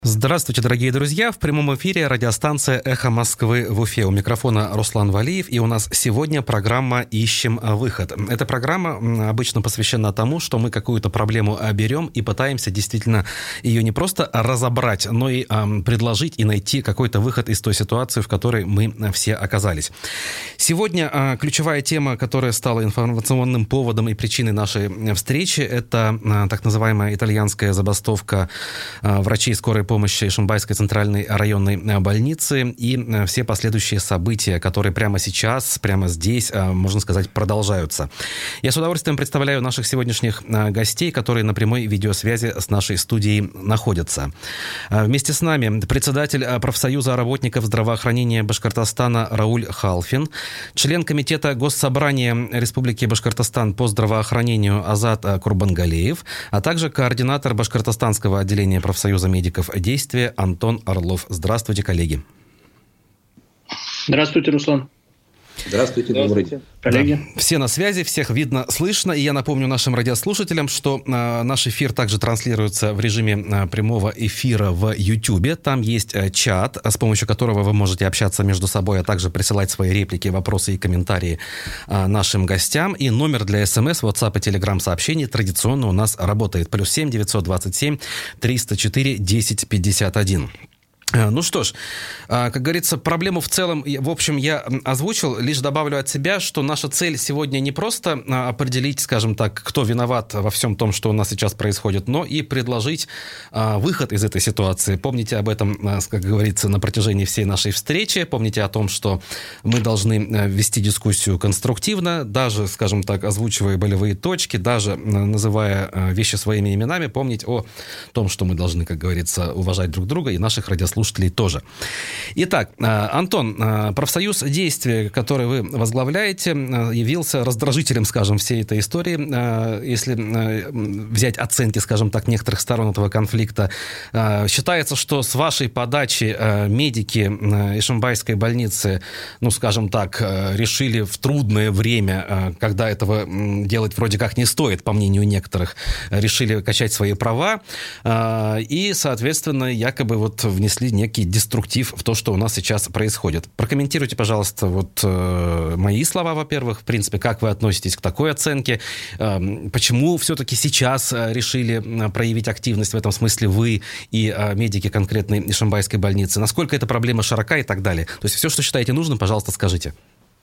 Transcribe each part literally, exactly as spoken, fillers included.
Здравствуйте, дорогие друзья! В прямом эфире радиостанция «Эхо Москвы» в Уфе. У микрофона Руслан Валиев, и у нас сегодня программа «Ищем выход». Эта программа обычно посвящена тому, что мы какую-то проблему берем и пытаемся действительно ее не просто разобрать, но и э, предложить и найти какой-то выход из той ситуации, в которой мы все оказались. Сегодня э, ключевая тема, которая стала информационным поводом и причиной нашей встречи, это э, так называемая итальянская забастовка э, врачей скорой помощи Ишимбайской центральной районной больницы и все последующие события, которые прямо сейчас, прямо здесь, можно сказать, продолжаются. Я с удовольствием представляю наших сегодняшних гостей, которые на прямой видеосвязи с нашей студией находятся. Вместе с нами председатель профсоюза работников здравоохранения Башкортостана Рауль Халфин, член комитета Госсобрания Республики Башкортостан по здравоохранению Азат Курбангалеев, а также координатор Башкортостанского отделения профсоюза медиков действия Антон Орлов. Здравствуйте, коллеги. Здравствуйте, Руслан. Здравствуйте, добрый день. Коллеги. Да. Все на связи, всех видно, слышно. И я напомню нашим радиослушателям, что э, наш эфир также транслируется в режиме э, прямого эфира в Ютубе. Там есть э, чат, с помощью которого вы можете общаться между собой, а также присылать свои реплики, вопросы и комментарии э, нашим гостям. И номер для СМС, WhatsApp и Telegram сообщений традиционно у нас работает. Плюс семь девятьсот двадцать семь триста четыре десять пятьдесят один. Ну что ж, как говорится, проблему в целом, в общем, я озвучил, лишь добавлю от себя, что наша цель сегодня не просто определить, скажем так, кто виноват во всем том, что у нас сейчас происходит, но и предложить выход из этой ситуации. Помните об этом, как говорится, на протяжении всей нашей встречи, помните о том, что мы должны вести дискуссию конструктивно, даже, скажем так, озвучивая болевые точки, даже называя вещи своими именами, помнить о том, что мы должны, как говорится, уважать друг друга и наших радиослушателей тоже. Итак, Антон, профсоюз действия, который вы возглавляете, явился раздражителем, скажем, всей этой истории. Если взять оценки, скажем так, некоторых сторон этого конфликта, считается, что с вашей подачи медики Ишимбайской больницы, ну, скажем так, решили в трудное время, когда этого делать вроде как не стоит, по мнению некоторых, решили качать свои права и, соответственно, якобы вот внесли некий деструктив в то, что у нас сейчас происходит. Прокомментируйте, пожалуйста, вот э, мои слова, во-первых, в принципе, как вы относитесь к такой оценке, э, почему все-таки сейчас решили проявить активность в этом смысле вы и э, медики конкретной Ишимбайской больницы, насколько эта проблема широка и так далее. То есть все, что считаете нужным, пожалуйста, скажите.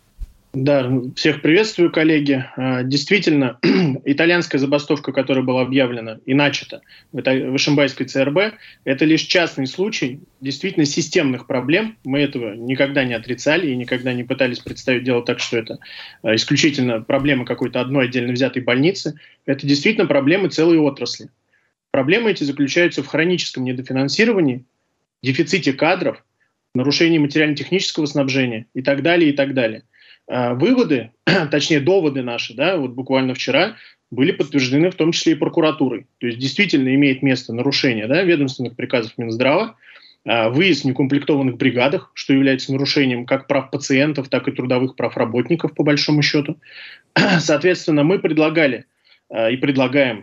Да, всех приветствую, коллеги. Действительно, итальянская забастовка, которая была объявлена и начата в Ишимбайской ЦРБ, это лишь частный случай действительно системных проблем. Мы этого никогда не отрицали и никогда не пытались представить дело так, что это исключительно проблема какой-то одной отдельно взятой больницы. Это действительно проблемы целой отрасли. Проблемы эти заключаются в хроническом недофинансировании, дефиците кадров, нарушении материально-технического снабжения и так далее, и так далее. Выводы, точнее доводы наши, да, вот буквально вчера были подтверждены в том числе и прокуратурой. То есть действительно имеет место нарушение, да, ведомственных приказов Минздрава, выезд в некомплектованных бригадах, что является нарушением как прав пациентов, так и трудовых прав работников, по большому счету. Соответственно, мы предлагали и предлагаем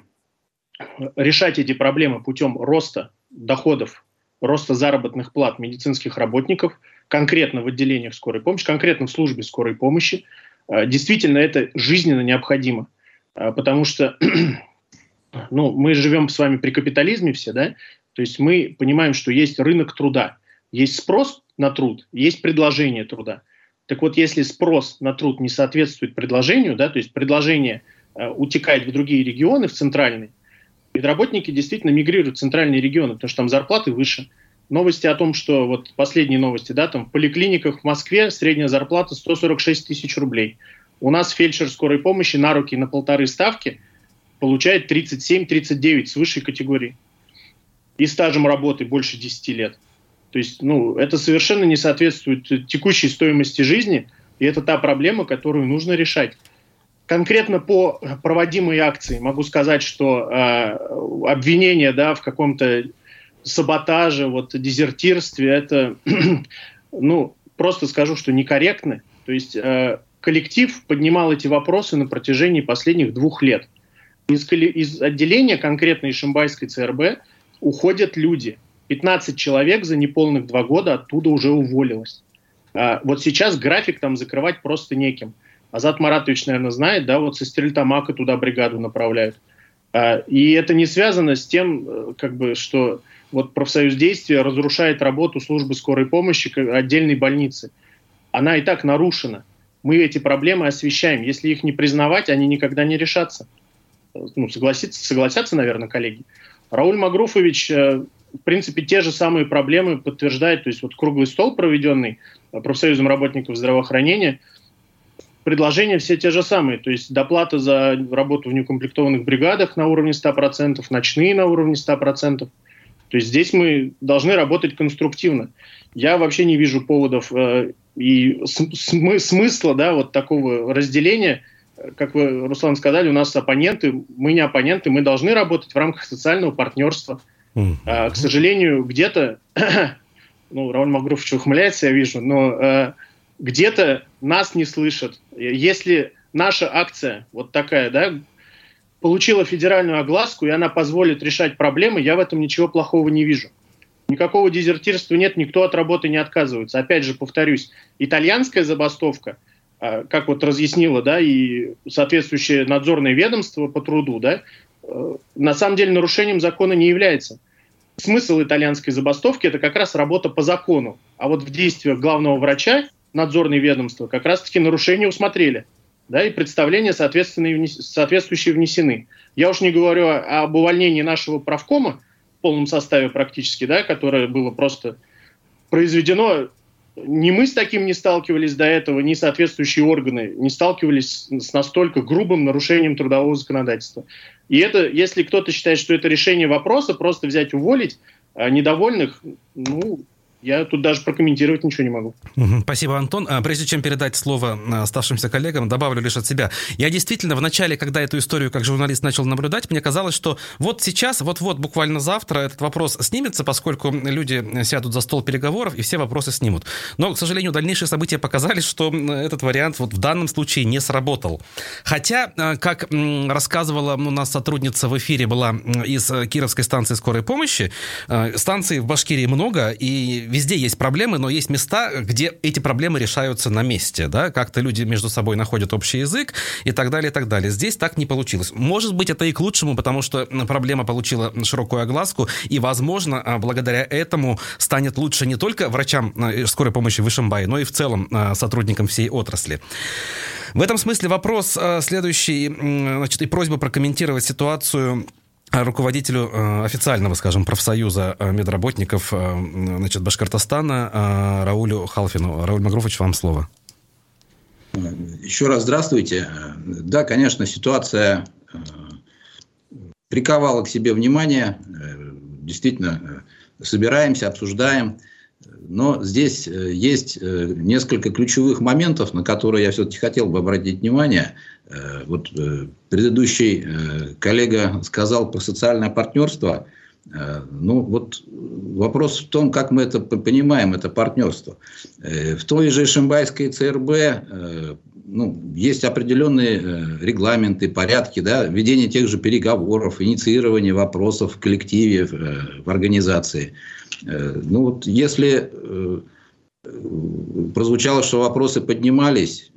решать эти проблемы путем роста доходов, роста заработных плат медицинских работников, конкретно в отделениях скорой помощи, конкретно в службе скорой помощи. Действительно, это жизненно необходимо, потому что ну, мы живем с вами при капитализме все, да, то есть мы понимаем, что есть рынок труда, есть спрос на труд, есть предложение труда. Так вот, если спрос на труд не соответствует предложению, да, то есть предложение утекает в другие регионы, в центральные, медработники действительно мигрируют в центральные регионы, потому что там зарплаты выше. Новости о том, что вот последние новости, да, там в поликлиниках в Москве средняя зарплата сто сорок шесть тысяч рублей. У нас фельдшер скорой помощи на руки на полторы ставки получает тридцать семь - тридцать девять с высшей категории. И стажем работы больше десяти лет. То есть, ну, это совершенно не соответствует текущей стоимости жизни, и это та проблема, которую нужно решать. Конкретно по проводимой акции могу сказать, что э, обвинение, да, в каком-то саботаже, вот, дезертирстве, это, ну, просто скажу, что некорректно. То есть э, коллектив поднимал эти вопросы на протяжении последних двух лет. Из, из отделения конкретно Ишимбайской ЦРБ уходят люди. пятнадцать человек за неполных два года оттуда уже уволилось. А вот сейчас график там закрывать просто неким. Азат Маратович, наверное, знает, да, вот со Стерлитамака туда бригаду направляют. А, и это не связано с тем, как бы, что вот профсоюз действия разрушает работу службы скорой помощи отдельной больницы. Она и так нарушена. Мы эти проблемы освещаем. Если их не признавать, они никогда не решатся. Ну, согласиться, согласятся, наверное, коллеги. Рауль Магруфович, в принципе, те же самые проблемы подтверждает. То есть вот круглый стол, проведенный профсоюзом работников здравоохранения, предложения все те же самые. То есть доплата за работу в неукомплектованных бригадах на уровне ста процентов, ночные на уровне ста процентов. То есть здесь мы должны работать конструктивно. Я вообще не вижу поводов э, и см- смысла, да, вот такого разделения. Как вы, Руслан, сказали, у нас оппоненты, мы не оппоненты, мы должны работать в рамках социального партнерства. Mm-hmm. А, к сожалению, где-то, ну, Рауль Магруфович ухмыляется, я вижу, но э, где-то нас не слышат. Если наша акция вот такая, да, получила федеральную огласку, и она позволит решать проблемы, я в этом ничего плохого не вижу. Никакого дезертирства нет, никто от работы не отказывается. Опять же, повторюсь, итальянская забастовка, как вот разъяснило, да, и соответствующее надзорное ведомство по труду, да, на самом деле нарушением закона не является. Смысл итальянской забастовки – это как раз работа по закону. А вот в действиях главного врача надзорные ведомства как раз-таки нарушения усмотрели. Да, и представления соответствующие внесены. Я уж не говорю об увольнении нашего правкома в полном составе практически, да, которое было просто произведено. Ни мы с таким не сталкивались до этого, ни соответствующие органы не сталкивались с настолько грубым нарушением трудового законодательства. И это, если кто-то считает, что это решение вопроса, просто взять, уволить а, недовольных, ну... Я тут даже прокомментировать ничего не могу. Спасибо, Антон. Прежде чем передать слово оставшимся коллегам, добавлю лишь от себя. Я действительно в начале, когда эту историю как журналист начал наблюдать, мне казалось, что вот сейчас, вот-вот, буквально завтра этот вопрос снимется, поскольку люди сядут за стол переговоров и все вопросы снимут. Но, к сожалению, дальнейшие события показали, что этот вариант вот в данном случае не сработал. Хотя, как рассказывала у нас сотрудница в эфире, была из Кировской станции скорой помощи, станций в Башкирии много, и везде есть проблемы, но есть места, где эти проблемы решаются на месте, да, как-то люди между собой находят общий язык и так далее, и так далее. Здесь так не получилось. Может быть, это и к лучшему, потому что проблема получила широкую огласку, и, возможно, благодаря этому станет лучше не только врачам скорой помощи в Ишимбае, но и в целом сотрудникам всей отрасли. В этом смысле вопрос следующий, значит, и просьба прокомментировать ситуацию руководителю официального, скажем, профсоюза медработников, значит, Башкортостана Раулю Халфину. Рауль Магруфович, вам слово. Еще раз здравствуйте. Да, конечно, ситуация приковала к себе внимание. Действительно, собираемся, обсуждаем. Но здесь есть несколько ключевых моментов, на которые я все-таки хотел бы обратить внимание. Вот предыдущий коллега сказал про социальное партнерство. Ну, вот вопрос в том, как мы это понимаем, это партнерство. В той же Ишимбайской ЦРБ ну, есть определенные регламенты, порядки, да, ведение тех же переговоров, инициирование вопросов в коллективе, в организации. Ну, вот если прозвучало, что вопросы поднимались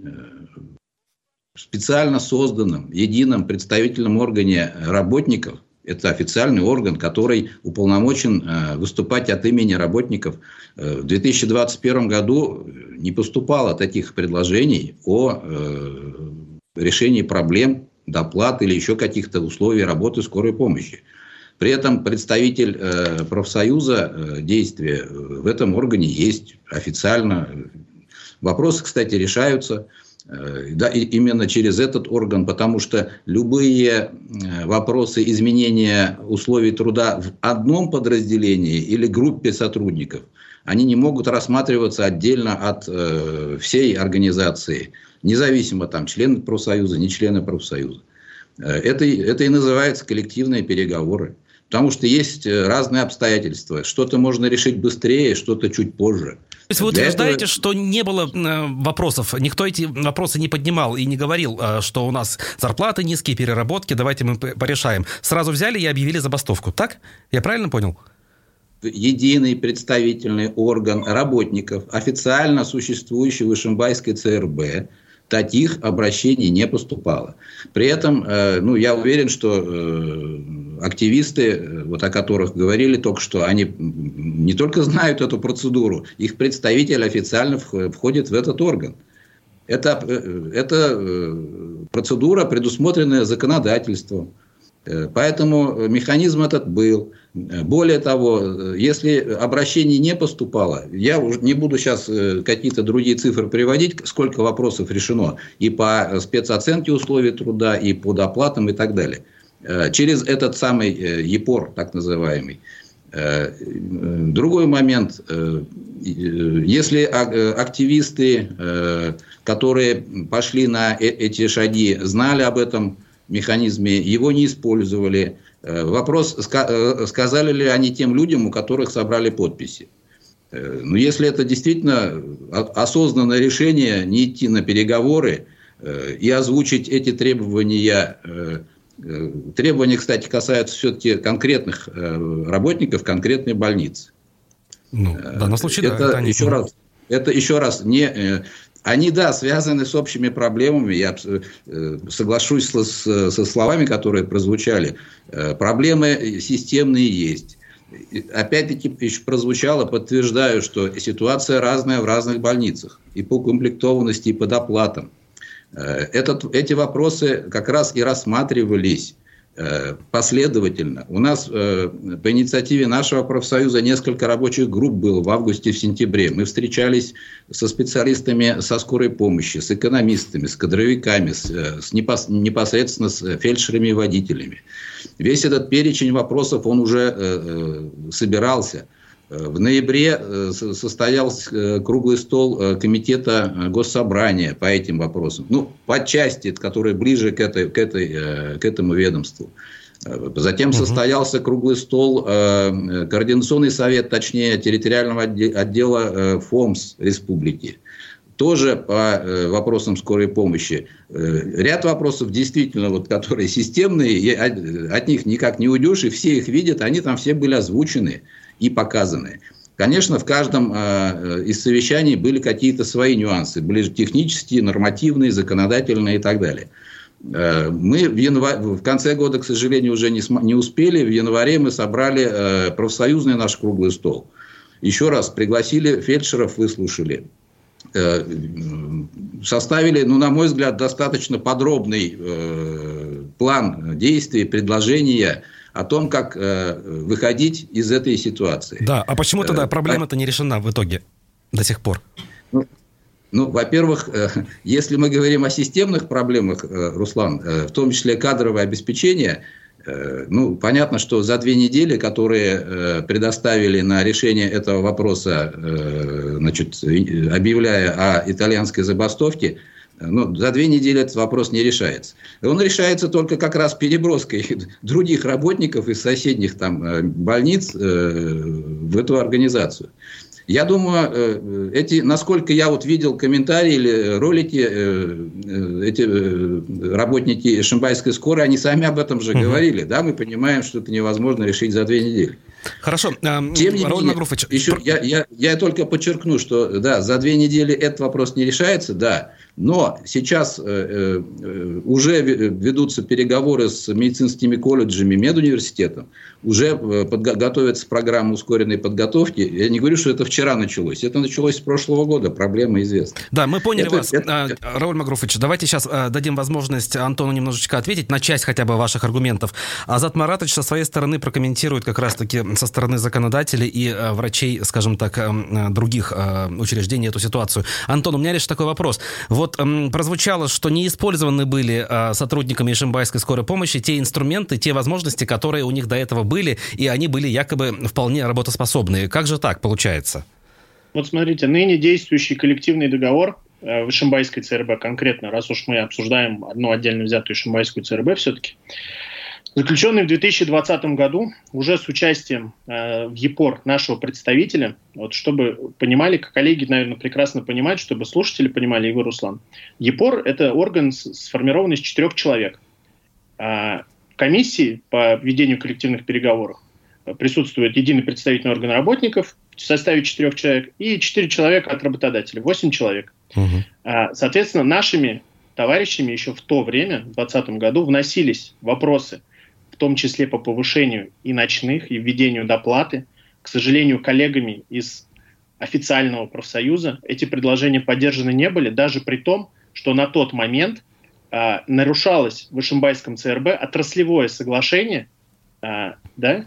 в специально созданном едином представительном органе работников, это официальный орган, который уполномочен э, выступать от имени работников. Э, в две тысячи двадцать первом году не поступало таких предложений о э, решении проблем, доплат или еще каких-то условий работы скорой помощи. При этом представитель э, профсоюза э, действия в этом органе есть официально. Вопросы, кстати, решаются. Да, и именно через этот орган, потому что любые вопросы изменения условий труда в одном подразделении или группе сотрудников, они не могут рассматриваться отдельно от э, всей организации, независимо там члены профсоюза, не члены профсоюза. Это, это и называется коллективные переговоры, потому что есть разные обстоятельства. Что-то можно решить быстрее, что-то чуть позже. То есть вы утверждаете, этого... что не было вопросов, никто эти вопросы не поднимал и не говорил, что у нас зарплаты низкие, переработки, давайте мы порешаем. Сразу взяли и объявили забастовку, так? Я правильно понял? единый представительный орган работников официально существующей в Ишимбайской ЦРБ таких обращений не поступало. При этом, ну, я уверен, что активисты, вот о которых говорили только что, они не только знают эту процедуру, их представитель официально входит в этот орган. Это, это процедура, предусмотренная законодательством. Поэтому механизм этот был. Более того, если обращений не поступало, я уже не буду сейчас какие-то другие цифры приводить, сколько вопросов решено и по спецоценке условий труда, и по доплатам и так далее. Через этот самый ЕПОР, так называемый. Другой момент. Если активисты, которые пошли на эти шаги, знали об этом механизме, его не использовали. Вопрос, сказали ли они тем людям, у которых собрали подписи. Но если это действительно осознанное решение не идти на переговоры и озвучить эти требования, требования, кстати, касаются все-таки конкретных работников конкретной больницы. Ну, в данном случае, это, да, это еще раз, это еще раз не... Они, да, связаны с общими проблемами. Я соглашусь со, со словами, которые прозвучали. Проблемы системные есть. Опять-таки еще прозвучало, подтверждаю, что ситуация разная в разных больницах. И по комплектованности, и по доплатам. Этот, эти вопросы как раз и рассматривались последовательно. У нас по инициативе нашего профсоюза несколько рабочих групп было в августе, в сентябре. Мы встречались со специалистами со скорой помощи, с экономистами, с кадровиками, с, с непос, непосредственно с фельдшерами и водителями. Весь этот перечень вопросов, он уже э, собирался. В ноябре состоялся круглый стол комитета Госсобрания по этим вопросам. Ну, по части, которая ближе к, этой, к, этой, к этому ведомству. Затем угу. состоялся круглый стол, координационный совет, точнее, территориального отдела ФОМС республики. Тоже по вопросам скорой помощи. Ряд вопросов действительно, вот, которые системные, от них никак не уйдешь, и все их видят, они там все были озвучены и показаны. Конечно, в каждом э, из совещаний были какие-то свои нюансы. Были технические, нормативные, законодательные и так далее. Э, мы в, январе, в конце года, к сожалению, уже не, см- не успели. В январе мы собрали э, профсоюзный наш круглый стол. Еще раз пригласили фельдшеров, выслушали. Э, составили, ну, на мой взгляд, достаточно подробный э, план действий, предложения о том, как э, выходить из этой ситуации. Да, а почему тогда э, проблема-то не решена в итоге до сих пор? Ну, ну во-первых, э, если мы говорим о системных проблемах, э, Руслан, э, в том числе кадровое обеспечение, э, ну, понятно, что за две недели, которые э, предоставили на решение этого вопроса, э, значит, объявляя о итальянской забастовке, ну, за две недели этот вопрос не решается. Он решается только как раз переброской других работников из соседних там больниц э, в эту организацию. Я думаю, э, эти, насколько я вот видел комментарии или ролики, э, эти э, работники Ишимбайской скорой, они сами об этом же угу. говорили. Да, мы понимаем, что это невозможно решить за две недели. Хорошо. Тем не менее, еще я, я, я только подчеркну, что да, за две недели этот вопрос не решается, да, но сейчас э, э, уже ведутся переговоры с медицинскими колледжами, медуниверситетом, уже подго- готовится программа ускоренной подготовки. Я не говорю, что это вчера началось, это началось с прошлого года, проблема известна. Да, мы поняли это, вас, это... Рауль Магруфович. Давайте сейчас дадим возможность Антону немножечко ответить на часть хотя бы ваших аргументов. Азат Маратович со своей стороны прокомментирует как раз-таки со стороны законодателей и э, врачей, скажем так, э, других э, учреждений эту ситуацию. Антон, у меня лишь такой вопрос. Вот э, прозвучало, что не использованы были э, сотрудниками Ишимбайской скорой помощи те инструменты, те возможности, которые у них до этого были, и они были якобы вполне работоспособные. Как же так получается? Вот смотрите, ныне действующий коллективный договор э, в Ишимбайской ЦРБ конкретно, раз уж мы обсуждаем одну отдельно взятую Ишимбайскую ЦРБ все-таки, заключенный в две тысячи двадцатом году уже с участием э, в ЕПОР нашего представителя, вот, чтобы понимали, коллеги, наверное, прекрасно понимают, чтобы слушатели понимали, и вы, Руслан. ЕПОР – это орган, сформированный из четырех человек. Э, комиссии по ведению коллективных переговоров присутствует единый представительный орган работников в составе четырех человек и четыре человека от работодателя, восемь человек. Угу. Соответственно, нашими товарищами еще в то время, в двадцатом году, вносились вопросы, в том числе по повышению и ночных, и введению доплаты. К сожалению, коллегами из официального профсоюза эти предложения поддержаны не были, даже при том, что на тот момент а, нарушалось в Ишимбайском ЦРБ отраслевое соглашение, а, да,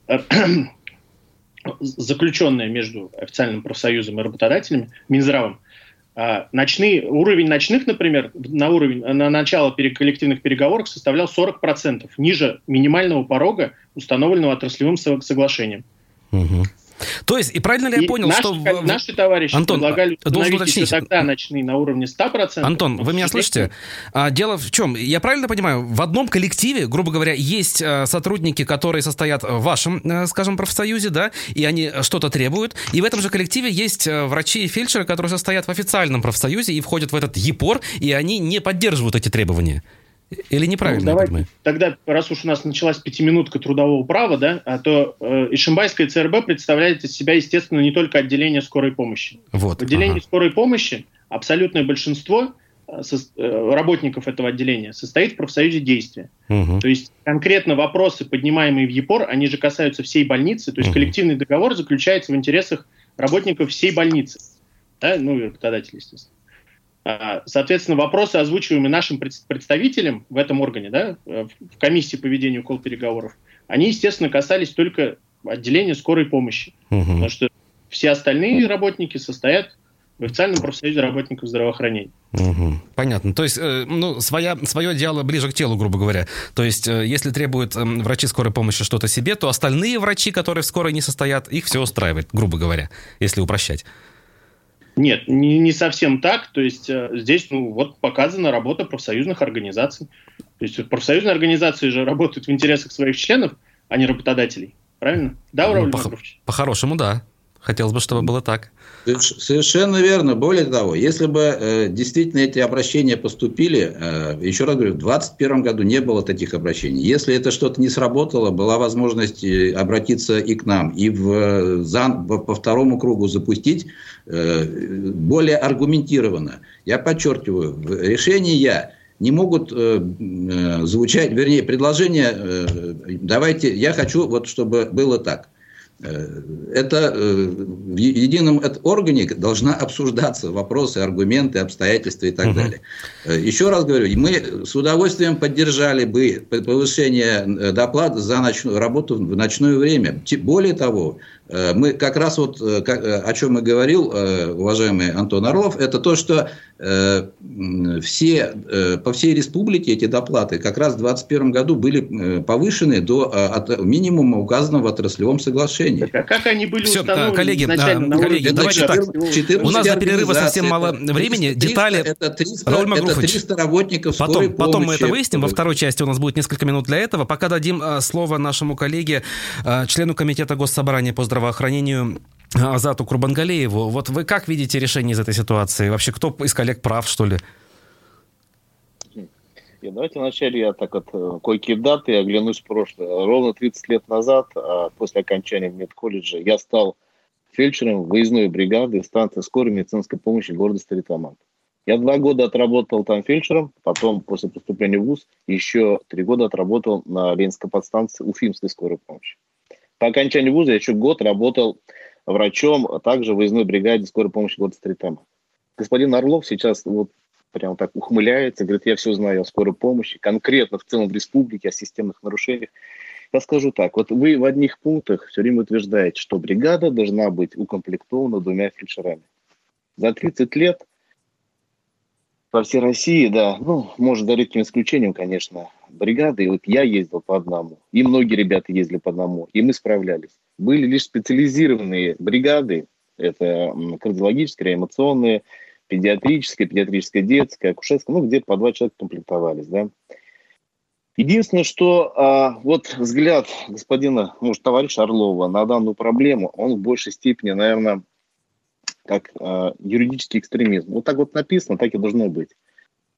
заключенное между официальным профсоюзом и работодателями, Минздравом. А, ночные, уровень ночных, например, на, уровень, на начало коллективных переговоров составлял сорок процентов, ниже минимального порога, установленного отраслевым соглашением. Угу. То есть, и правильно ли я и понял, наши, что... Наши товарищи Антон, предлагали установить уточнить. еще тогда ночные на уровне сто процентов. Антон, вы меня слышите? Дело в чем? Я правильно понимаю, в одном коллективе, грубо говоря, есть сотрудники, которые состоят в вашем, скажем, профсоюзе, да, и они что-то требуют, и в этом же коллективе есть врачи и фельдшеры, которые состоят в официальном профсоюзе и входят в этот ЕПОР, и они не поддерживают эти требования. Или неправильно, ну, я понимаю? Тогда, раз уж у нас началась пятиминутка трудового права, да, а то э, Ишимбайское ЦРБ представляет из себя, естественно, не только отделение скорой помощи. Вот, в отделении ага. скорой помощи абсолютное большинство э, со, э, работников этого отделения состоит в профсоюзе действия. Угу. То есть конкретно вопросы, поднимаемые в ЕПОР, они же касаются всей больницы, то есть угу. коллективный договор заключается в интересах работников всей больницы, да, ну и работодателей, естественно. Соответственно, вопросы, озвучиваемые нашим представителям в этом органе, да, в комиссии по ведению колл-переговоров, они, естественно, касались только отделения скорой помощи. Угу. Потому что все остальные работники состоят в официальном профсоюзе работников здравоохранения. Угу. Понятно. То есть, э, ну, своя, свое дело ближе к телу, грубо говоря. То есть, э, если требуют э, врачи скорой помощи что-то себе, то остальные врачи, которые в скорой не состоят, их все устраивает, грубо говоря, если упрощать. Нет, не, не совсем так. То есть э, здесь ну, вот показана работа профсоюзных организаций. То есть профсоюзные организации же работают в интересах своих членов, а не работодателей. Правильно? Да, Уравль ну, Макрович? По- по-хорошему, да. Хотелось бы, чтобы было так. Совершенно верно. Более того, если бы э, действительно эти обращения поступили, э, еще раз говорю, в двадцать первом году не было таких обращений. Если это что-то не сработало, была возможность обратиться и к нам, и в, за, по второму кругу запустить э, более аргументированно. Я подчеркиваю, решения не могут э, э, звучать, вернее, предложения, э, давайте, я хочу, вот, чтобы было так. Это в едином органе должна обсуждаться вопросы, аргументы, обстоятельства и так uh-huh. далее. Еще раз говорю, мы с удовольствием поддержали бы повышение доплат за ночную работу в ночное время. Более того, мы как раз вот, о чем и говорил уважаемый Антон Орлов, это то, что все, по всей республике эти доплаты как раз в двадцать первом году были повышены до от минимума, указанного в отраслевом соглашении. Так, а как они были Все, установлены коллеги, изначально? коллеги, давайте так. У нас до перерыва совсем мало это времени. триста, Детали. Это триста, Рауль Магруфович, это триста работников потом, скорой потом помощи. мы это выясним. Во второй части у нас будет несколько минут для этого. Пока дадим а, слово нашему коллеге, а, члену комитета Госсобрания по здравоохранению Азату Курбангалееву. Вот вы как видите решение из этой ситуации? Вообще, кто из коллег прав, что ли? И давайте вначале я так вот кое-какие даты оглянусь в прошлое. Ровно тридцать лет назад, после окончания медколледжа, я стал фельдшером выездной бригады станции скорой медицинской помощи города Стерлитамак. Я два года отработал там фельдшером, потом после поступления в вуз еще три года отработал на Ленинской подстанции Уфимской скорой помощи. По окончании вуза я еще год работал врачом, а также в выездной бригаде скорой помощи города Стерлитамак. Господин Орлов сейчас вот прям так ухмыляется, говорит, я все знаю о скорой помощи, конкретно в целом в республике, о системных нарушениях. Я скажу так, вот вы в одних пунктах все время утверждаете, что бригада должна быть укомплектована двумя фельдшерами. За тридцать лет по всей России, да, ну, может, за редким исключением, конечно, бригады, и вот я ездил по одному, и многие ребята ездили по одному, и мы справлялись. Были лишь специализированные бригады, это кардиологические, реанимационные, педиатрическая, педиатрическая детская, акушерская, ну, где по два человека комплектовались, да. Единственное, что а, вот взгляд господина, может, товарища Орлова на данную проблему, он в большей степени, наверное, как а, юридический экстремизм. Вот так вот написано, так и должно быть.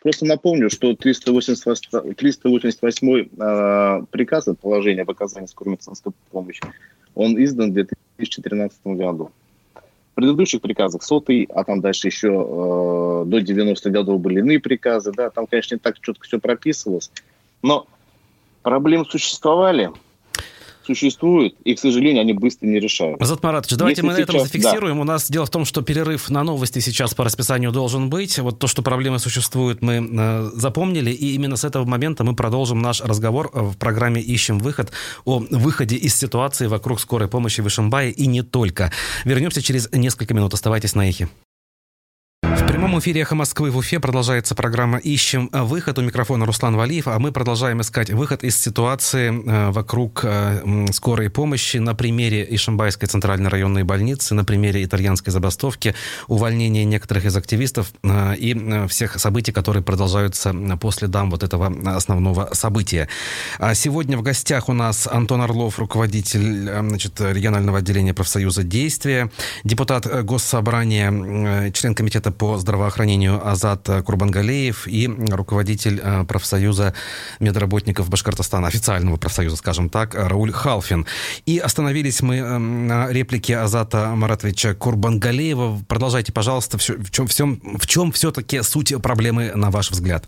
Просто напомню, что триста восемьдесят восьмой э, приказ от положения об оказании скорой медицинской помощи, он издан в две тысячи тринадцатом году. В предыдущих приказах сотый, а там дальше еще э, до девяностых годов были иные приказы, да, там, конечно, не так четко все прописывалось, но проблемы существовали, существуют, и, к сожалению, они быстро не решают. Азат Маратович, давайте Если мы на этом сейчас, зафиксируем. Да. У нас дело в том, что перерыв на новости сейчас по расписанию должен быть. Вот то, что проблемы существуют, мы э, запомнили, и именно с этого момента мы продолжим наш разговор в программе «Ищем выход» о выходе из ситуации вокруг скорой помощи в Ишимбае и не только. Вернемся через несколько минут. Оставайтесь на эхе. В прямом эфире «Эхо Москвы» в Уфе продолжается программа «Ищем выход». У микрофона Руслан Валиев, а мы продолжаем искать выход из ситуации вокруг скорой помощи на примере Ишимбайской центральной районной больницы, на примере итальянской забастовки, увольнения некоторых из активистов и всех событий, которые продолжаются по следам вот этого основного события. Сегодня в гостях у нас Антон Орлов, руководитель, значит, регионального отделения профсоюза «Действия», депутат Госсобрания, член комитета по здравоохранению Азат Курбангалеев и руководитель профсоюза медработников Башкортостана, официального профсоюза, скажем так, Рауль Халфин. И остановились мы на реплике Азата Маратовича Курбангалеева. Продолжайте, пожалуйста, в чем, в чем, в чем все-таки суть проблемы, на ваш взгляд?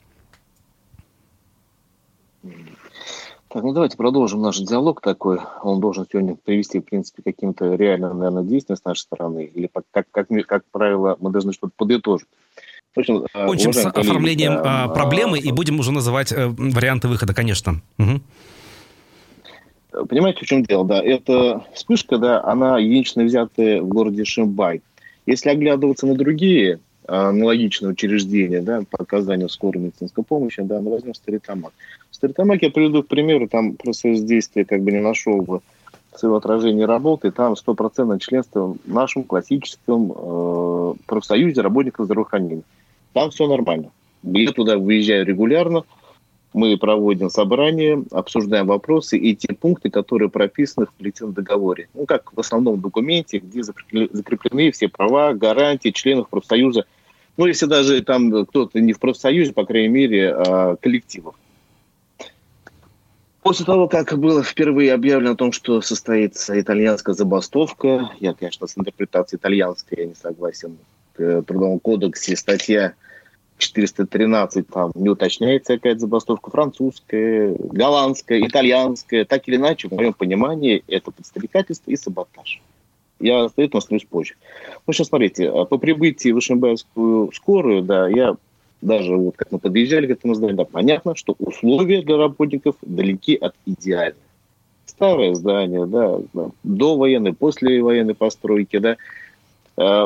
Так, ну давайте продолжим наш диалог такой. Он должен сегодня привести, в принципе, к каким-то реальным, наверное, действиям с нашей стороны. Или, как, как, как правило, мы должны что-то подытожить. В общем, Кончим с оформлением коллеги, да, проблемы а, и будем уже называть варианты выхода, конечно. Угу. Понимаете, в чем дело? Да, эта вспышка, да, она единично взятая в городе Ишимбай. Если оглядываться на другие аналогичные учреждения, да, по оказанию скорой медицинской помощи, да, мы возьмем Стерлитамак. В Стерлитамаке, я приведу к примеру, там профсоюз действия как бы не нашел бы своего отражения работы, там стопроцентное членство в нашем классическом э, профсоюзе работников здравоохранения. Там все нормально. Я туда выезжаю регулярно, мы проводим собрания, обсуждаем вопросы и те пункты, которые прописаны в коллективном договоре. Ну, как в основном документе, где закреплены все права, гарантии членов профсоюза. Ну, если даже там кто-то не в профсоюзе, по крайней мере, коллективов. После того, как было впервые объявлено о том, что состоится итальянская забастовка, я, конечно, с интерпретацией итальянской я не согласен, в Трудовом кодексе статья четыреста тринадцать, там не уточняется какая-то забастовка, французская, голландская, итальянская, так или иначе, в моем понимании, это подстрекательство и саботаж. Я с этим остановлюсь позже. В общем, смотрите, по прибытии в Ишимбайскую скорую, да, я даже вот как мы подъезжали к этому зданию, да, понятно, что условия для работников далеки от идеальных. Старое здание, да, да довоенной, послевоенной постройки, да,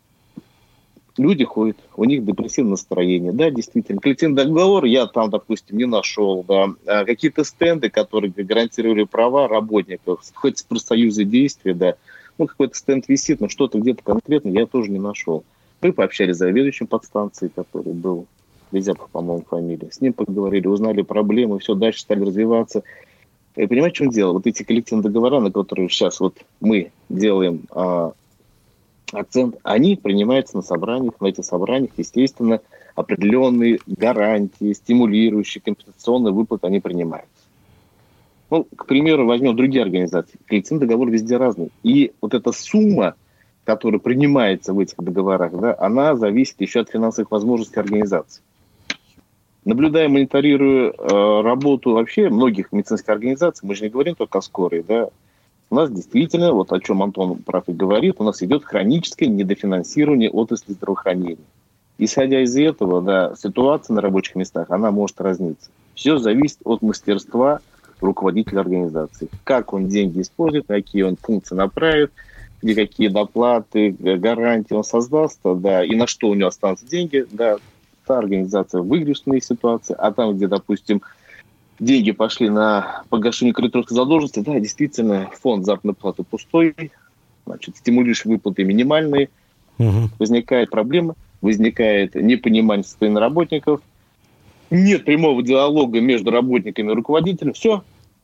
люди ходят, у них депрессивное настроение, да, действительно. Коллективный договор я там, допустим, не нашел, да. А какие-то стенды, которые гарантировали права работников, хоть с профсоюза действия, да. Ну, какой-то стенд висит, но что-то где-то конкретно я тоже не нашел. Мы пообщались с заведующим подстанцией, который был, Лизяпов, по-моему, фамилия. С ним поговорили, узнали проблемы, все, дальше стали развиваться. И понимаете, в чем дело? Вот эти коллективные договора, на которые сейчас вот мы делаем а, акцент, они принимаются на собраниях. На этих собраниях, естественно, определенные гарантии, стимулирующие, компенсационные выплаты, они принимаются. Ну, к примеру, возьмем другие организации. Коллективный договор везде разный. И вот эта сумма, которая принимается в этих договорах, да, она зависит еще от финансовых возможностей организации. Наблюдая, мониторируя э, работу вообще многих медицинских организаций, мы же не говорим только о скорой, да, у нас действительно, вот о чем Антон прав и говорит, у нас идет хроническое недофинансирование отрасли здравоохранения. Исходя из этого, да, ситуация на рабочих местах, она может разниться. Все зависит от мастерства руководителя организации. Как он деньги использует, какие он функции направит, где какие доплаты, гарантии он создаст, да, и на что у него останутся деньги, да, та организация в выигрышной ситуации, а там, где, допустим, деньги пошли на погашение кредиторской задолженности, да, действительно, фонд заработной платы пустой, значит, стимулирующие выплаты минимальные, угу. Возникает проблема, возникает непонимание состояния работников, нет прямого диалога между работниками и руководителем, все,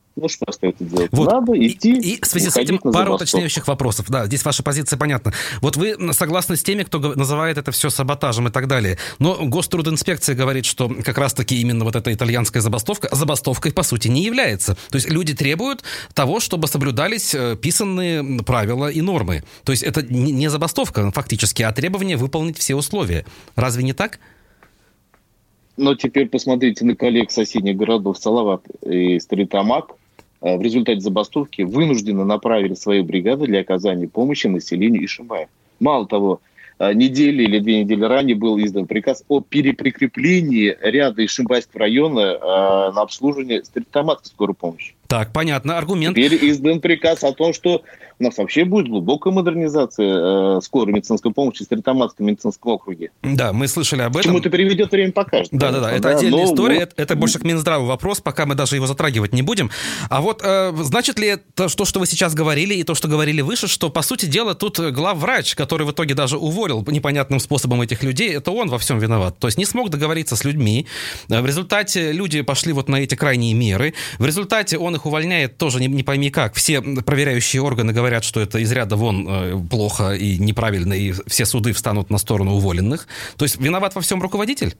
Ну, что остается делать? Вот. Надо идти. И, и в связи с этим пару уточняющих вопросов. Да, здесь ваша позиция понятна. Вот вы согласны с теми, кто называет это все саботажем и так далее. Но Гострудинспекция говорит, что как раз-таки именно вот эта итальянская забастовка забастовкой, по сути, не является. То есть люди требуют того, чтобы соблюдались писанные правила и нормы. То есть это не забастовка фактически, а требование выполнить все условия. Разве не так? Но теперь посмотрите на коллег соседних городов Салават и Стритамак. В результате забастовки вынужденно направили свои бригады для оказания помощи населению Ишимбая. Мало того, недели или две недели ранее был издан приказ о переприкреплении ряда Ишимбайского района на обслуживание Стритамакской скорой помощи. Так, понятно, аргумент. Теперь издан приказ о том, что у нас вообще будет глубокая модернизация э, скорой медицинской помощи в Стритамакском медицинском округе. Да, мы слышали об этом. К чему это приведет, время покажет. Да-да-да, это да, отдельная но, история, вот... это, это больше к Минздраву вопрос, пока мы даже его затрагивать не будем. А вот э, значит ли это, то, что вы сейчас говорили, и то, что говорили выше, что, по сути дела, тут главврач, который в итоге даже уволил непонятным способом этих людей, это он во всем виноват. То есть не смог договориться с людьми, в результате люди пошли вот на эти крайние меры, в результате он их увольняет тоже не, не пойми как. Все проверяющие органы говорят, что это из ряда вон э, плохо и неправильно, и все суды встанут на сторону уволенных. То есть виноват во всем руководитель?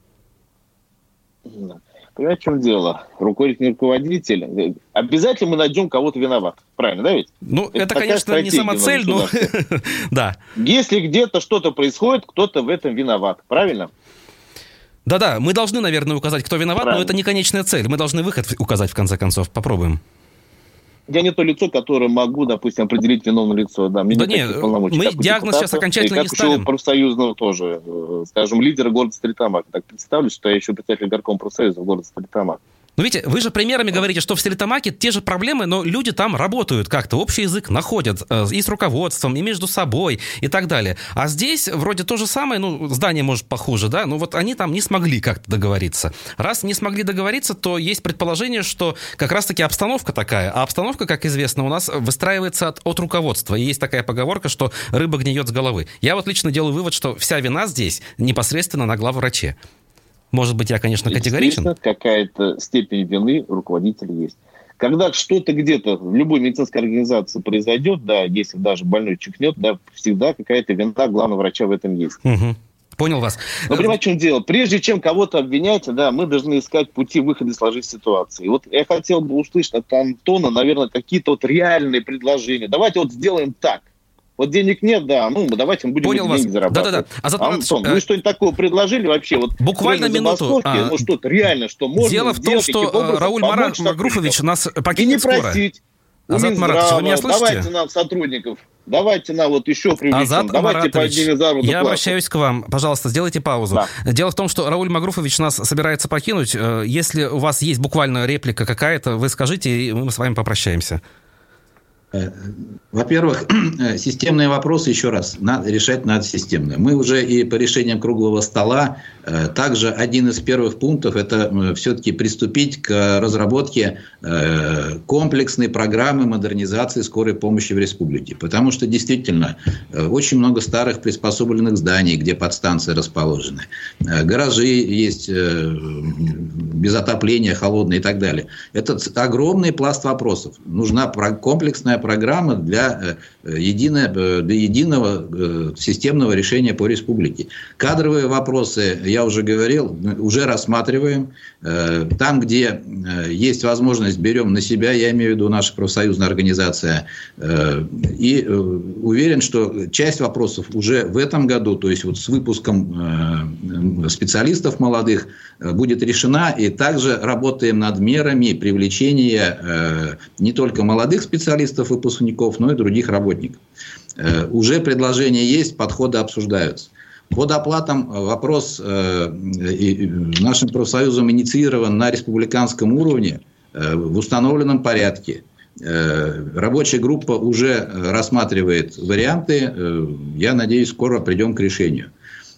Понимаете, в чем дело? Руководитель, руководитель. Обязательно мы найдем кого-то виноват. Правильно, да ведь? Ну, это, это конечно, не сама цель, но... да. Если где-то что-то происходит, кто-то в этом виноват. Правильно? Да-да, мы должны, наверное, указать, кто виноват, Правильно. Но это не конечная цель. Мы должны выход указать, в конце концов. Попробуем. Я не то лицо, которое могу, допустим, определить виновное лицо. Да, мне да нет нет, мы диагноз сейчас окончательно не ставим. Как профсоюзного тоже, скажем, лидера города Стритамак. Так представлю, что я еще председатель горкома профсоюза в городе Стритамак. Ну, видите, вы же примерами говорите, что в Стритамаке те же проблемы, но люди там работают как-то, общий язык находят и с руководством, и между собой, и так далее. А здесь вроде то же самое, ну, здание, может, похуже, да, но вот они там не смогли как-то договориться. Раз не смогли договориться, то есть предположение, что как раз-таки обстановка такая, а обстановка, как известно, у нас выстраивается от, от руководства. И есть такая поговорка, что рыба гниет с головы. Я вот лично делаю вывод, что вся вина здесь непосредственно на главвраче. Может быть, я, конечно, категоричен. Какая-то степень вины руководителя есть. Когда что-то где-то в любой медицинской организации произойдет, да, если даже больной чихнет, да, всегда какая-то вина главного врача в этом есть. Угу. Понял вас. Но понимаете, в чем дело? Прежде чем кого-то обвинять, да, мы должны искать пути выхода из сложившейся ситуации. И вот я хотел бы услышать от Антона, наверное, какие-то вот реальные предложения. Давайте вот сделаем так. Вот денег нет, да, ну давайте мы будем Понял эти вас. деньги зарабатывать. Да-да-да. Азат Антон, вы что-нибудь такое предложили вообще? Вот буквально минуту. А, ну что-то реально, что можно Дело в том, что Рауль Магруфович нас покинет и не скоро. Просить. Азат Маратович, вы меня слышите? Давайте нам сотрудников, давайте нам вот еще привлечем. Азат давайте Маратович, я обращаюсь к вам. Пожалуйста, сделайте паузу. Да. Дело в том, что Рауль Магруфович нас собирается покинуть. Если у вас есть буквально реплика какая-то, вы скажите, и мы с вами попрощаемся. Во-первых, системные вопросы, еще раз, надо, решать надо системно. Мы уже и по решениям круглого стола, также один из первых пунктов – это все-таки приступить к разработке комплексной программы модернизации скорой помощи в республике. Потому что действительно очень много старых приспособленных зданий, где подстанции расположены. Гаражи есть без отопления, холодные и так далее. Это огромный пласт вопросов. Нужна комплексная программа для, едино, для единого системного решения по республике. Кадровые вопросы, я уже говорил, уже рассматриваем. Там, где есть возможность, берем на себя, я имею в виду наша профсоюзная организация. И уверен, что часть вопросов уже в этом году, то есть вот с выпуском специалистов молодых, будет решена. И также работаем над мерами привлечения не только молодых специалистов, выпускников, но и других работников. Уже предложения есть, подходы обсуждаются. По доплатам вопрос нашим профсоюзом инициирован на республиканском уровне в установленном порядке. Рабочая группа уже рассматривает варианты. Я надеюсь, скоро придем к решению.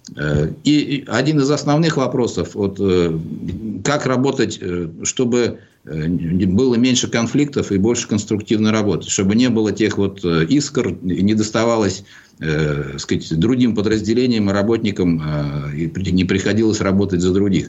И один из основных вопросов, вот, как работать, чтобы было меньше конфликтов и больше конструктивной работы, чтобы не было тех вот искр, не доставалось, э, сказать, другим подразделениям и работникам, э, и не приходилось работать за других.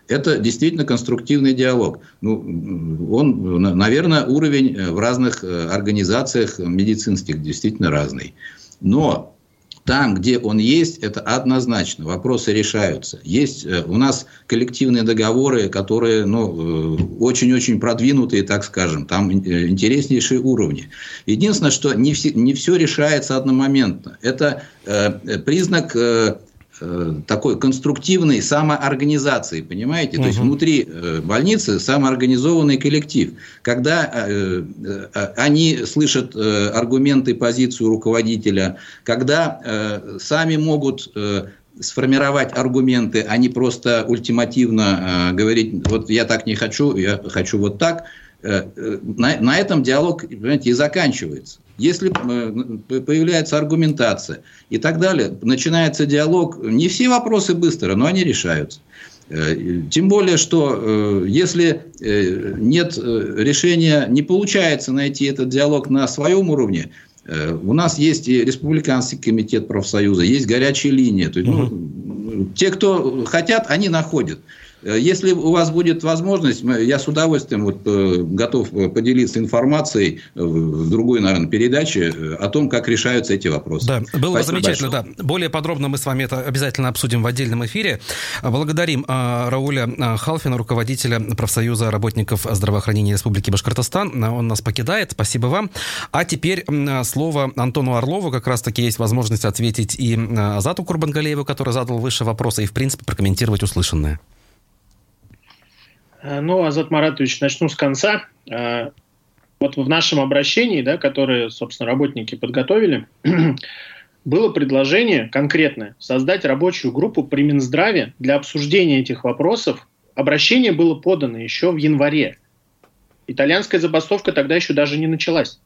это действительно конструктивный диалог. Ну, он, наверное, уровень в разных организациях медицинских действительно разный. Но там, где он есть, это однозначно, вопросы решаются. Есть у нас коллективные договоры, которые ну, очень-очень продвинутые, так скажем, там интереснейшие уровни. Единственное, что не, все, не все решается одномоментно. Это э, признак... Э, такой конструктивной самоорганизации, понимаете? Uh-huh. То есть внутри э, больницы самоорганизованный коллектив. Когда э, э, они слышат э, аргументы, позицию руководителя, когда э, сами могут э, сформировать аргументы, а не просто ультимативно э, говорить, вот я так не хочу, я хочу вот так, э, э, на, на этом диалог, понимаете, и заканчивается. Если появляется аргументация и так далее, начинается диалог, не все вопросы быстро, но они решаются. Тем более, что если нет решения, не получается найти этот диалог на своем уровне, у нас есть и Республиканский комитет профсоюза, есть горячая линия. То есть, ну, те, кто хотят, они находят. Если у вас будет возможность, я с удовольствием вот, готов поделиться информацией в другой, наверное, передаче о том, как решаются эти вопросы. Да, было бы замечательно. Большое. Да. Более подробно мы с вами это обязательно обсудим в отдельном эфире. Благодарим Рауля Халфина, руководителя профсоюза работников здравоохранения Республики Башкортостан. Он нас покидает. Спасибо вам. А теперь слово Антону Орлову. Как раз-таки есть возможность ответить и Азату Курбангалееву, который задал выше вопросы, и, в принципе, прокомментировать услышанное. Ну, Азат Маратович, начну с конца. Вот в нашем обращении, да, которое, собственно, работники подготовили, было предложение конкретное создать рабочую группу при Минздраве для обсуждения этих вопросов. Обращение было подано еще в январе. Итальянская забастовка тогда еще даже не началась.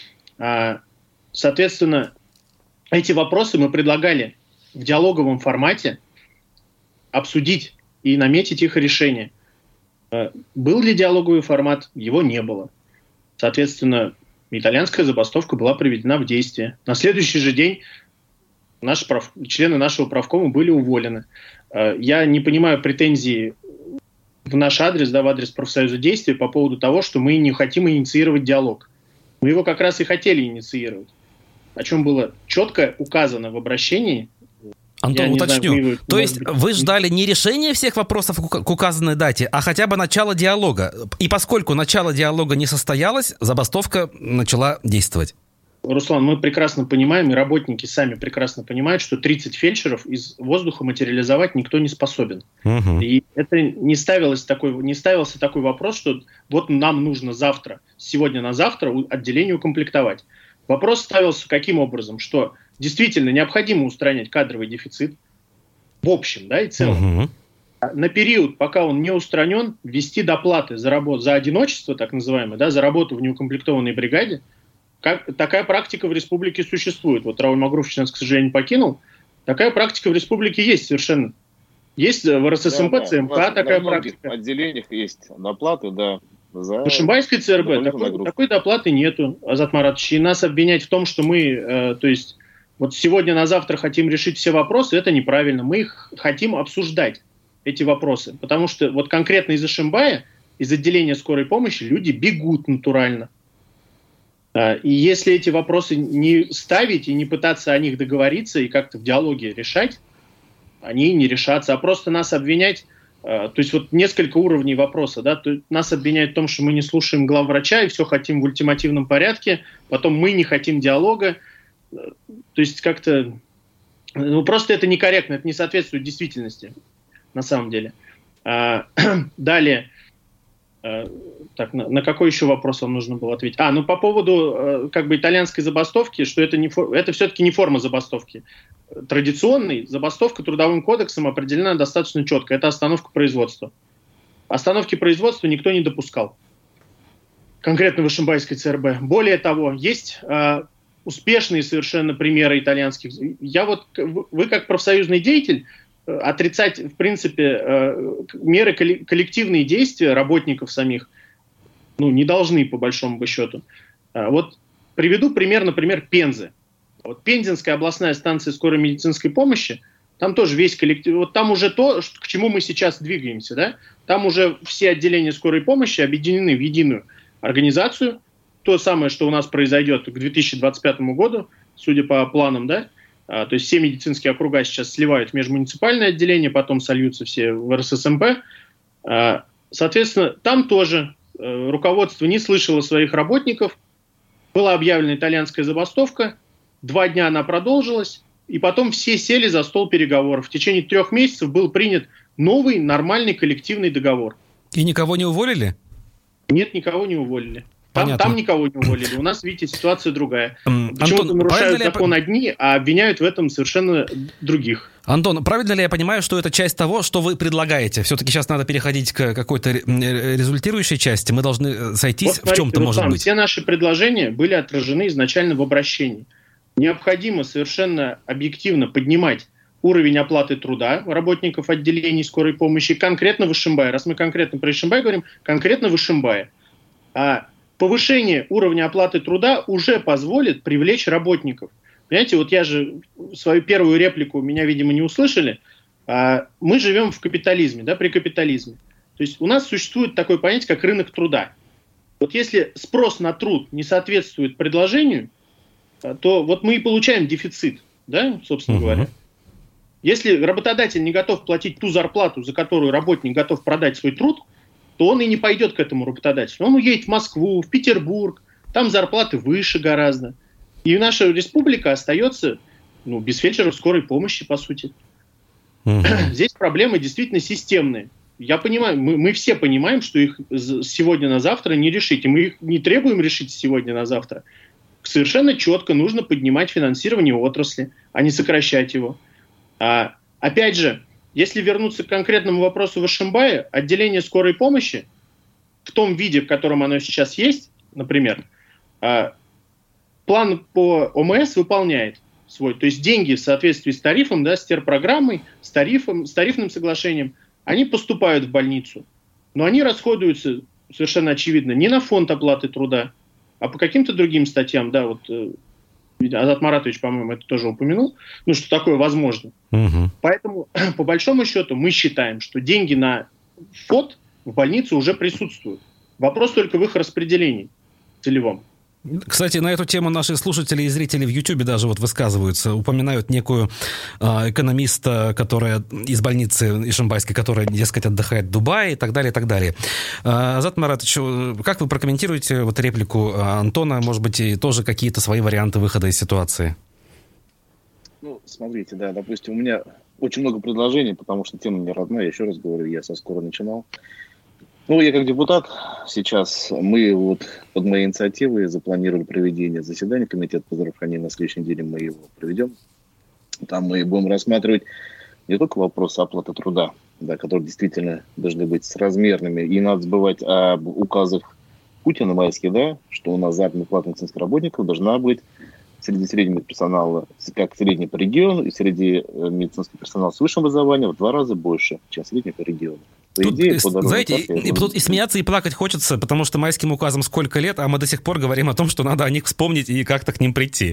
Соответственно, эти вопросы мы предлагали в диалоговом формате обсудить и наметить их решение. Был ли диалоговый формат? Его не было. Соответственно, итальянская забастовка была приведена в действие. На следующий же день наши прав... члены нашего правкома были уволены. Я не понимаю претензий в наш адрес, да, в адрес профсоюза действия по поводу того, что мы не хотим инициировать диалог. Мы его как раз и хотели инициировать. О чем было четко указано в обращении. Антон, Я уточню. Знаю, вы, То есть быть... вы ждали не решения всех вопросов к указанной дате, а хотя бы начало диалога. И поскольку начало диалога не состоялось, забастовка начала действовать. Руслан, мы прекрасно понимаем, и работники сами прекрасно понимают, что тридцать фельдшеров из воздуха материализовать никто не способен. Угу. И это не, ставилось такой, не ставился такой вопрос, что вот нам нужно завтра, сегодня на завтра отделение укомплектовать. Вопрос ставился каким образом, что действительно необходимо устранять кадровый дефицит в общем, да, и целом. Угу. На период, пока он не устранен, ввести доплаты за работу, за одиночество, так называемое, да, за работу в неукомплектованной бригаде. Как, такая практика в республике существует. Вот Рауль Магруфович нас, к сожалению, покинул. Такая практика в республике есть совершенно. Есть в РССМП, да, ЦМК да, такая на практика. В отделениях есть доплаты, да. За... В Ишимбайской ЦРБ такой, такой доплаты нету, Азат Маратович. И нас обвинять в том, что мы, э, то есть, вот сегодня на завтра хотим решить все вопросы, это неправильно. Мы их хотим обсуждать, эти вопросы. Потому что вот конкретно из Ишимбая, из отделения скорой помощи, люди бегут натурально. И если эти вопросы не ставить и не пытаться о них договориться и как-то в диалоге решать, они не решатся. А просто нас обвинять, то есть вот несколько уровней вопроса, да, то нас обвиняют в том, что мы не слушаем главврача и все хотим в ультимативном порядке, потом мы не хотим диалога. То есть как-то, ну просто это некорректно, это не соответствует действительности на самом деле. Далее. Так, на, на какой еще вопрос вам нужно было ответить? А, ну по поводу э, как бы итальянской забастовки, что это, не фор... это все-таки не форма забастовки. Традиционной забастовка трудовым кодексом определена достаточно четко. Это остановка производства. Остановки производства никто не допускал. Конкретно в Ишимбайской ЦРБ. Более того, есть э, успешные совершенно примеры итальянских. Я вот, вы как профсоюзный деятель, отрицать, в принципе, меры, коллективные действия работников самих, ну, не должны, по большому счету. Вот приведу пример, например, Пензы. Вот Пензенская областная станция скорой медицинской помощи Там тоже весь коллектив. Вот там уже то, к чему мы сейчас двигаемся, да? Там уже все отделения скорой помощи объединены в единую организацию. То самое, что у нас произойдет к две тысячи двадцать пятому году, судя по планам, да? А, то есть все медицинские округа сейчас сливают в межмуниципальное отделение, потом сольются все в эр эс эс эм пэ. А, соответственно, там тоже э, руководство не слышало своих работников. Была объявлена итальянская забастовка. Два дня она продолжилась. И потом все сели за стол переговоров. В течение трех месяцев был принят новый нормальный коллективный договор. И никого не уволили? Нет, никого не уволили. Там, там никого не уволили. У нас, видите, ситуация другая. Почему-то Антон, нарушают закон я... одни, а обвиняют в этом совершенно других. Антон, правильно ли я понимаю, что это часть того, что вы предлагаете? Все-таки сейчас надо переходить к какой-то результирующей части. Мы должны сойтись вот, смотрите, в чем-то, может сам, быть. Все наши предложения были отражены изначально в обращении. Необходимо совершенно объективно поднимать уровень оплаты труда работников отделений скорой помощи, конкретно в Ишимбае. Раз мы конкретно про Ишимбай говорим, конкретно в Ишимбае. А повышение уровня оплаты труда уже позволит привлечь работников. Понимаете, вот я же свою первую реплику, меня, видимо, не услышали. А мы живем в капитализме, да, при капитализме. То есть у нас существует такое понятие, как рынок труда. Вот если спрос на труд не соответствует предложению, то вот мы и получаем дефицит, да, собственно uh-huh. говоря. Если работодатель не готов платить ту зарплату, за которую работник готов продать свой труд, то он и не пойдет к этому работодателю. Он уедет в Москву, в Петербург, там зарплаты выше гораздо. И наша республика остается ну, без фельдшеров скорой помощи, по сути. Uh-huh. Здесь проблемы действительно системные. Я понимаю, мы, мы все понимаем, что их сегодня на завтра не решить. И мы их не требуем решить сегодня на завтра. Совершенно четко нужно поднимать финансирование отрасли, а не сокращать его. А, опять же, если вернуться к конкретному вопросу в Ишимбае, отделение скорой помощи в том виде, в котором оно сейчас есть, например, а, план по о эм эс выполняет свой. То есть деньги в соответствии с тарифом, да, с терпрограммой, с, тарифом, с тарифным соглашением, они поступают в больницу. Но они расходуются совершенно очевидно не на фонд оплаты труда, а по каким-то другим статьям, да, вот э, Азат Маратович, по-моему, это тоже упомянул, ну, что такое возможно. Угу. Поэтому, по большому счету, мы считаем, что деньги на фонд в больнице уже присутствуют. Вопрос только в их распределении целевом. Кстати, на эту тему наши слушатели и зрители в Ютьюбе даже вот высказываются, упоминают некую э, экономиста, которая из больницы ишимбайской, которая, дескать, отдыхает в Дубае и так далее, и так далее. Э, Азат Маратович, как вы прокомментируете вот реплику Антона? Может быть, и тоже какие-то свои варианты выхода из ситуации? Ну, смотрите, да, допустим, у меня очень много предложений, потому что тема не родная, я еще раз говорю, я со скоро начинал. Ну, я как депутат сейчас, мы вот под моей инициативой запланировали проведение заседания Комитета по здравоохранению, на следующей неделе мы его проведем. Там мы будем рассматривать не только вопросы оплаты труда, да, которые действительно должны быть соразмерными, и надо забывать об указах Путина майских, да, что у нас заработная плата медицинских работников должна быть среди среднего персонала, как средний по региону, и среди медицинского персонала с высшим образованием в два раза больше, чем средний по региону. Тут, идее, знаете, и, тут и смеяться, и плакать хочется, потому что майским указом сколько лет, а мы до сих пор говорим о том, что надо о них вспомнить и как-то к ним прийти.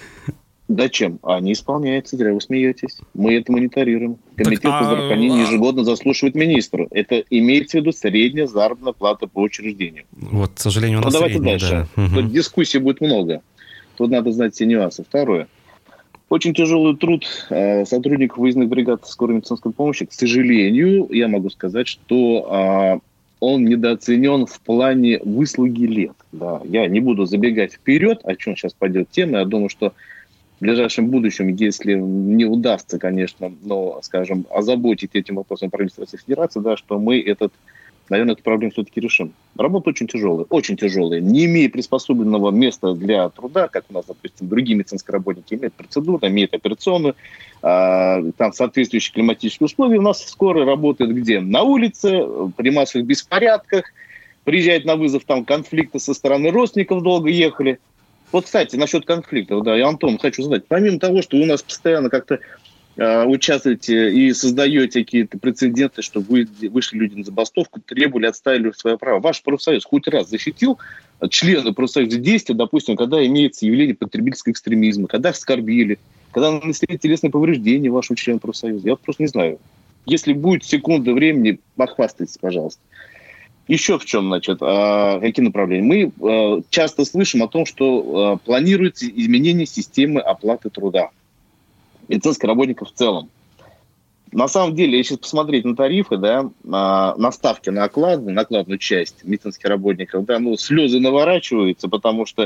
Зачем? Они исполняются, зря вы смеетесь. Мы это мониторируем. Комитет так, по здравоохранению а... ежегодно заслушивает министру. Это имеется в виду средняя заработная плата по учреждению. Вот, к сожалению, у нас ну, давайте средняя, дальше. Да. Тут угу. дискуссий будет много. Тут надо знать все нюансы. Второе. Очень тяжелый труд э, сотрудников выездных бригад скорой медицинской помощи, к сожалению, я могу сказать, что э, он недооценен в плане выслуги лет. Да. Я не буду забегать вперед, о чем сейчас пойдет тема. Я думаю, что в ближайшем будущем, если не удастся, конечно, но, скажем, озаботить этим вопросом правительство Российской Федерации, да, что мы этот, наверное, эту проблему все-таки решим. Работа очень тяжелая, очень тяжелая. Не имея приспособленного места для труда, как у нас, допустим, другие медицинские работники имеют процедуру, имеют операционную, э, там соответствующие климатические условия, у нас скорая работает где? На улице, при массовых беспорядках, приезжает на вызов там конфликты со стороны родственников, долго ехали. Вот, кстати, насчет конфликтов, да, и Антон, хочу задать. Помимо того, что у нас постоянно как-то э, участвуете и создаете какие-то прецеденты, что вы вышли люди на забастовку, требовали, отстаивали свои права. Ваш профсоюз хоть раз защитил члены профсоюза действия, допустим, когда имеется явление потребительского экстремизма, когда оскорбили, когда нанесли телесные повреждения вашему члену профсоюза. Я просто не знаю. Если будет секунда времени, похвастайтесь, пожалуйста. Еще в чем, значит, какие направления? Мы часто слышим о том, что планируется изменение системы оплаты труда медицинских работников в целом. На самом деле, если посмотреть на тарифы, да, на ставки на оклад, на окладную часть медицинских работников, да, ну, слезы наворачиваются, потому что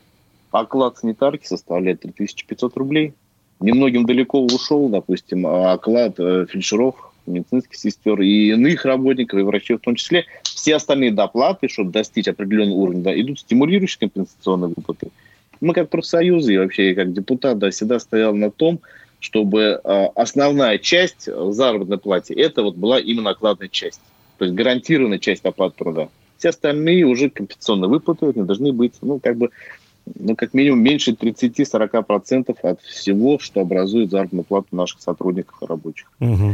оклад санитарки составляет три тысячи пятьсот рублей. Немногим далеко ушел, допустим, оклад фельдшеров, медицинских сестер и иных работников, и врачей в том числе. Все остальные доплаты, чтобы достичь определенного уровня, да, идут стимулирующие компенсационные выплаты. Мы как профсоюзы и вообще как депутат, да, всегда стоял на том, чтобы э, основная часть в заработной плате, это вот была именно окладная часть. То есть гарантированная часть оплаты труда. Все остальные уже компенсационные выплаты они должны быть, ну, как бы, ну, как минимум меньше тридцать-сорок процентов от всего, что образует заработную плату наших сотрудников и рабочих. Угу.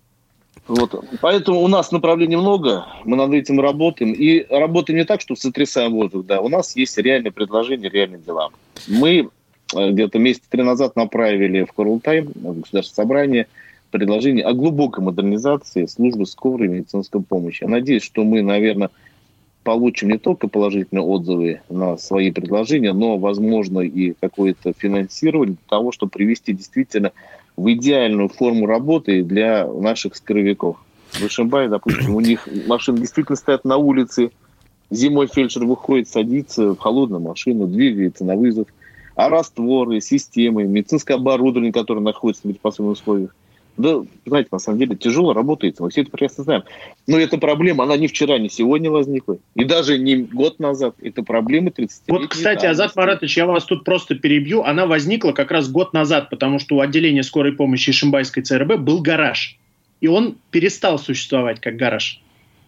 Вот. Поэтому у нас направлений много, мы над этим работаем. И работаем не так, что сотрясаем воздух. Да. У нас есть реальные предложения, реальные дела. Мы где-то месяца три назад направили в Курултай, в Государственное собрание, предложение о глубокой модернизации службы скорой медицинской помощи. Я надеюсь, что мы, наверное, получим не только положительные отзывы на свои предложения, но, возможно, и какое-то финансирование для того, чтобы привести действительно в идеальную форму работы для наших скоровиков. В Ишимбае, допустим, у них машины действительно стоят на улице, зимой фельдшер выходит, садится в холодную машину, двигается на вызов. А растворы, системы, медицинское оборудование, которое находится в безопасных условиях. Да, знаете, на самом деле тяжело работает, мы все это прекрасно знаем. Но эта проблема, она ни вчера, ни сегодня возникла. И даже не год назад. Это проблема тридцатилетней. Вот, кстати, Азат Маратович, я вас тут просто перебью. Она возникла как раз год назад, потому что у отделения скорой помощи Ишимбайской ЦРБ был гараж. И он перестал существовать как гараж.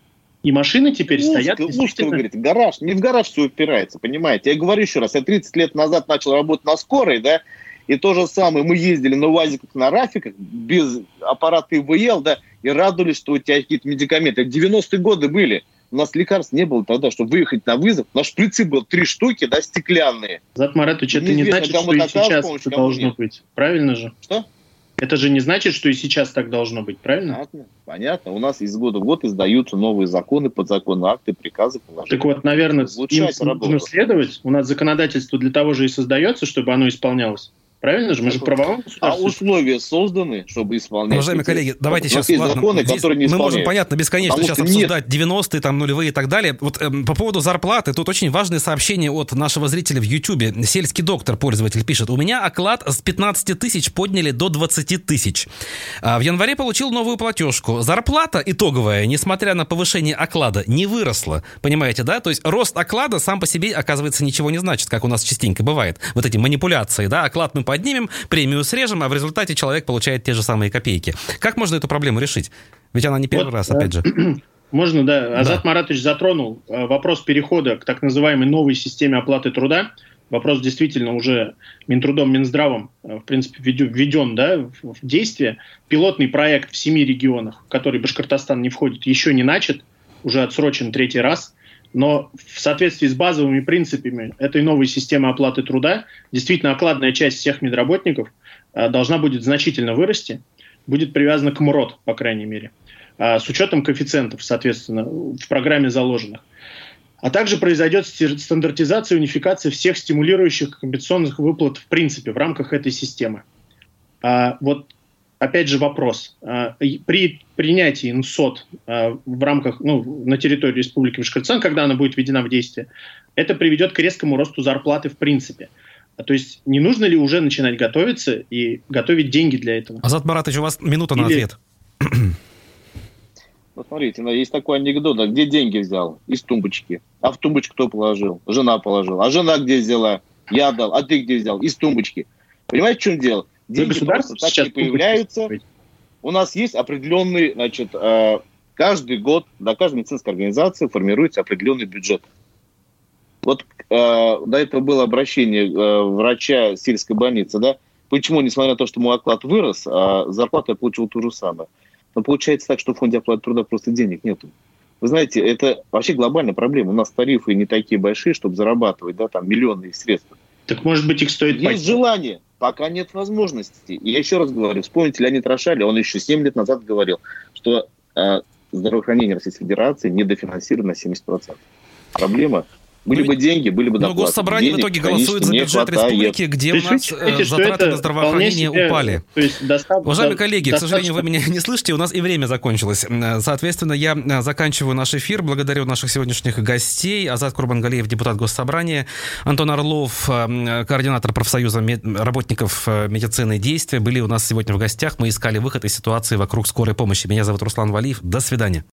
И машины теперь ну, стоят... Ну, что вы говорите, гараж, не в гараж все упирается, понимаете? Я говорю еще раз, я тридцать лет назад начал работать на скорой, да, и то же самое, мы ездили на УАЗиках, на рафиках, без аппарата И В Л, да, и радовались, что у тебя какие-то медикаменты. девяностые годы были, у нас лекарств не было тогда, чтобы выехать на вызов. У нас шприцы было три штуки, да, стеклянные. Азат Маратович, это не значит, что и сейчас это должно быть. Правильно же? Что? Это же не значит, что и сейчас так должно быть, правильно? Понятно. Понятно. У нас из года в год издаются новые законы, подзаконные акты, приказы, положения. Так вот, наверное, им нужно следовать. У нас законодательство для того же и создается, чтобы оно исполнялось. Правильно же? Мы же в правовом государстве. А условия созданы, чтобы исполнять. Уважаемые коллеги, давайте сейчас, ладно, законы, мы можем, понятно, бесконечно сейчас обсуждать нет. девяностые, там, нулевые и так далее. Вот э, по поводу зарплаты, тут очень важное сообщение от нашего зрителя в Ютьюбе. Сельский доктор, пользователь, пишет: у меня оклад с пятнадцати тысяч подняли до двадцати тысяч. А в январе получил новую платежку. Зарплата итоговая, несмотря на повышение оклада, не выросла. Понимаете, да? То есть рост оклада сам по себе, оказывается, ничего не значит, как у нас частенько бывает. Вот эти манипуляции, да, оклад мы поднимем, премию срежем, а в результате человек получает те же самые копейки. Как можно эту проблему решить? Ведь она не первый вот, раз, опять же. Можно, да. Азат да. Маратович затронул вопрос перехода к так называемой новой системе оплаты труда. Вопрос действительно уже Минтрудом, Минздравом, в принципе, введен, да, в действие. Пилотный проект в семи регионах, в который Башкортостан не входит, еще не начат, уже отсрочен третий раз. Но в соответствии с базовыми принципами этой новой системы оплаты труда действительно окладная часть всех медработников а, должна будет значительно вырасти, будет привязана к МРОТ, по крайней мере, а, с учетом коэффициентов, соответственно, в программе заложенных. А также произойдет стандартизация и унификация всех стимулирующих компенсационных выплат в принципе в рамках этой системы. А, вот опять же вопрос. При принятии эн эс о тэ в рамках, ну, на территории Республики Башкортостан, когда она будет введена в действие, это приведет к резкому росту зарплаты в принципе. То есть не нужно ли уже начинать готовиться и готовить деньги для этого? Азат Маратович, у вас минута на Или... ответ. Посмотрите, есть такой анекдот, а где деньги взял? Из тумбочки. А в тумбочку кто положил? Жена положила. А жена где взяла? Я дал. А ты где взял? Из тумбочки. Понимаете, в чем дело? Деньги просто так не появляются. У нас есть определенный, значит, каждый год для каждой медицинской организации формируется определенный бюджет. Вот до этого было обращение врача сельской больницы, да, почему, несмотря на то, что мой оклад вырос, а зарплату я получил ту же самую. Но получается так, что в фонде оплаты труда просто денег нету. Вы знаете, это вообще глобальная проблема. У нас тарифы не такие большие, чтобы зарабатывать, да, там, миллионные средства. Так, может быть, их стоит... Есть желание. Пока нет возможности. И я еще раз говорю, вспомните Леонид Рошаль, он еще семь лет назад говорил, что э, здравоохранение Российской Федерации недофинансировано на семьдесят процентов. Проблема. Были бы деньги, были бы доплаты. Но Госсобрание Денег, в итоге голосует за бюджет хватает. республики, где у нас считаете, затраты на здравоохранение упали. То есть доста... Уважаемые коллеги, достаточно... к сожалению, вы меня не слышите, у нас и время закончилось. Соответственно, я заканчиваю наш эфир. Благодарю наших сегодняшних гостей. Азат Курбангалиев, депутат Госсобрания, Антон Орлов, координатор профсоюза работников медицины «Действия», были у нас сегодня в гостях. Мы искали выход из ситуации вокруг скорой помощи. Меня зовут Руслан Валиев. До свидания.